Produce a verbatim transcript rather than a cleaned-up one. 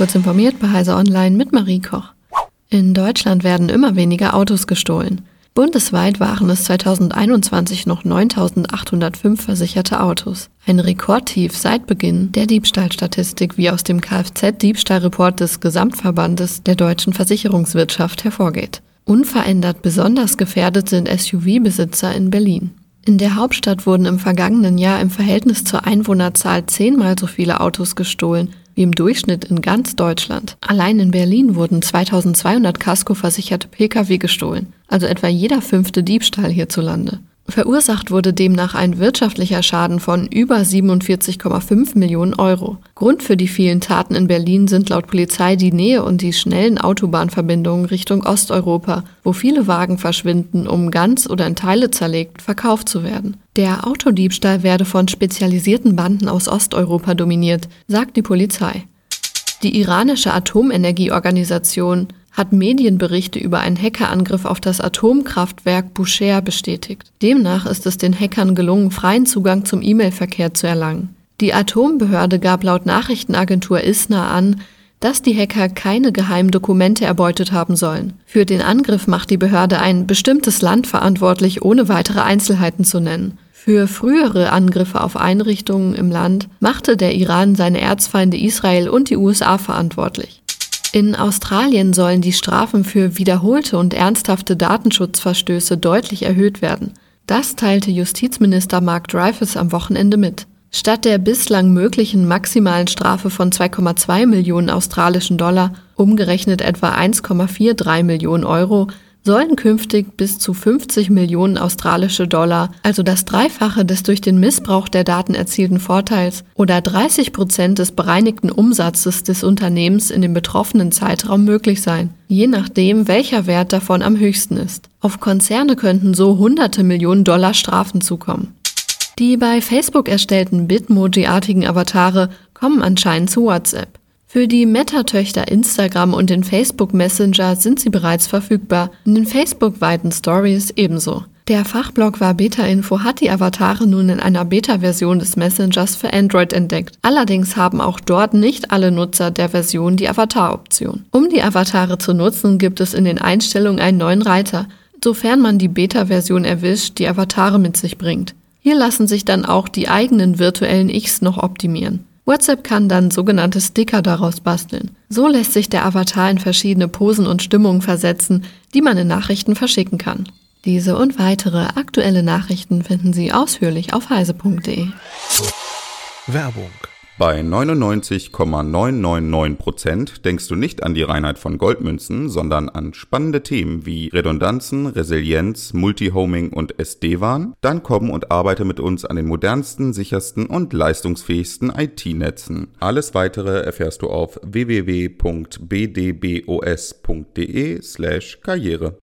Kurz informiert bei Heise Online mit Marie Koch. In Deutschland werden immer weniger Autos gestohlen. Bundesweit waren es zweitausendeinundzwanzig noch neuntausendachthundertfünf versicherte Autos. Ein Rekordtief seit Beginn der Diebstahlstatistik, wie aus dem Kfz-Diebstahlreport des Gesamtverbandes der deutschen Versicherungswirtschaft hervorgeht. Unverändert besonders gefährdet sind S U V-Besitzer in Berlin. In der Hauptstadt wurden im vergangenen Jahr im Verhältnis zur Einwohnerzahl zehnmal so viele Autos gestohlen wie im Durchschnitt in ganz Deutschland. Allein in Berlin wurden zweitausendzweihundert Kaskoversicherte Pkw gestohlen, also etwa jeder fünfte Diebstahl hierzulande. Verursacht wurde demnach ein wirtschaftlicher Schaden von über siebenundvierzig Komma fünf Millionen Euro. Grund für die vielen Taten in Berlin sind laut Polizei die Nähe und die schnellen Autobahnverbindungen Richtung Osteuropa, wo viele Wagen verschwinden, um ganz oder in Teile zerlegt verkauft zu werden. Der Autodiebstahl werde von spezialisierten Banden aus Osteuropa dominiert, sagt die Polizei. Die iranische Atomenergieorganisation hat Medienberichte über einen Hackerangriff auf das Atomkraftwerk Bushehr bestätigt. Demnach ist es den Hackern gelungen, freien Zugang zum E-Mail-Verkehr zu erlangen. Die Atombehörde gab laut Nachrichtenagentur ISNA an, dass die Hacker keine geheimen Dokumente erbeutet haben sollen. Für den Angriff macht die Behörde ein bestimmtes Land verantwortlich, ohne weitere Einzelheiten zu nennen. Für frühere Angriffe auf Einrichtungen im Land machte der Iran seine Erzfeinde Israel und die U S A verantwortlich. In Australien sollen die Strafen für wiederholte und ernsthafte Datenschutzverstöße deutlich erhöht werden. Das teilte Justizminister Mark Dreyfus am Wochenende mit. Statt der bislang möglichen maximalen Strafe von zwei Komma zwei Millionen australischen Dollar, umgerechnet etwa eins Komma dreiundvierzig Millionen Euro, sollen künftig bis zu fünfzig Millionen australische Dollar, also das Dreifache des durch den Missbrauch der Daten erzielten Vorteils oder dreißig Prozent des bereinigten Umsatzes des Unternehmens in dem betroffenen Zeitraum möglich sein, je nachdem, welcher Wert davon am höchsten ist. Auf Konzerne könnten so hunderte Millionen Dollar Strafen zukommen. Die bei Facebook erstellten Bitmoji-artigen Avatare kommen anscheinend zu WhatsApp. Für die Meta-Töchter Instagram und den Facebook Messenger sind sie bereits verfügbar, in den Facebook-weiten Stories ebenso. Der Fachblog Wabeta-Info hat die Avatare nun in einer Beta-Version des Messengers für Android entdeckt. Allerdings haben auch dort nicht alle Nutzer der Version die Avatar-Option. Um die Avatare zu nutzen, gibt es in den Einstellungen einen neuen Reiter, sofern man die Beta-Version erwischt, die Avatare mit sich bringt. Hier lassen sich dann auch die eigenen virtuellen Ichs noch optimieren. WhatsApp kann dann sogenannte Sticker daraus basteln. So lässt sich der Avatar in verschiedene Posen und Stimmungen versetzen, die man in Nachrichten verschicken kann. Diese und weitere aktuelle Nachrichten finden Sie ausführlich auf heise punkt de. Werbung. Bei neunundneunzig Komma neunhundertneunundneunzig Prozent denkst du nicht an die Reinheit von Goldmünzen, sondern an spannende Themen wie Redundanzen, Resilienz, Multihoming und S D-WAN? Dann komm und arbeite mit uns an den modernsten, sichersten und leistungsfähigsten I T-Netzen. Alles Weitere erfährst du auf w w w punkt b d b o s punkt de slash karriere.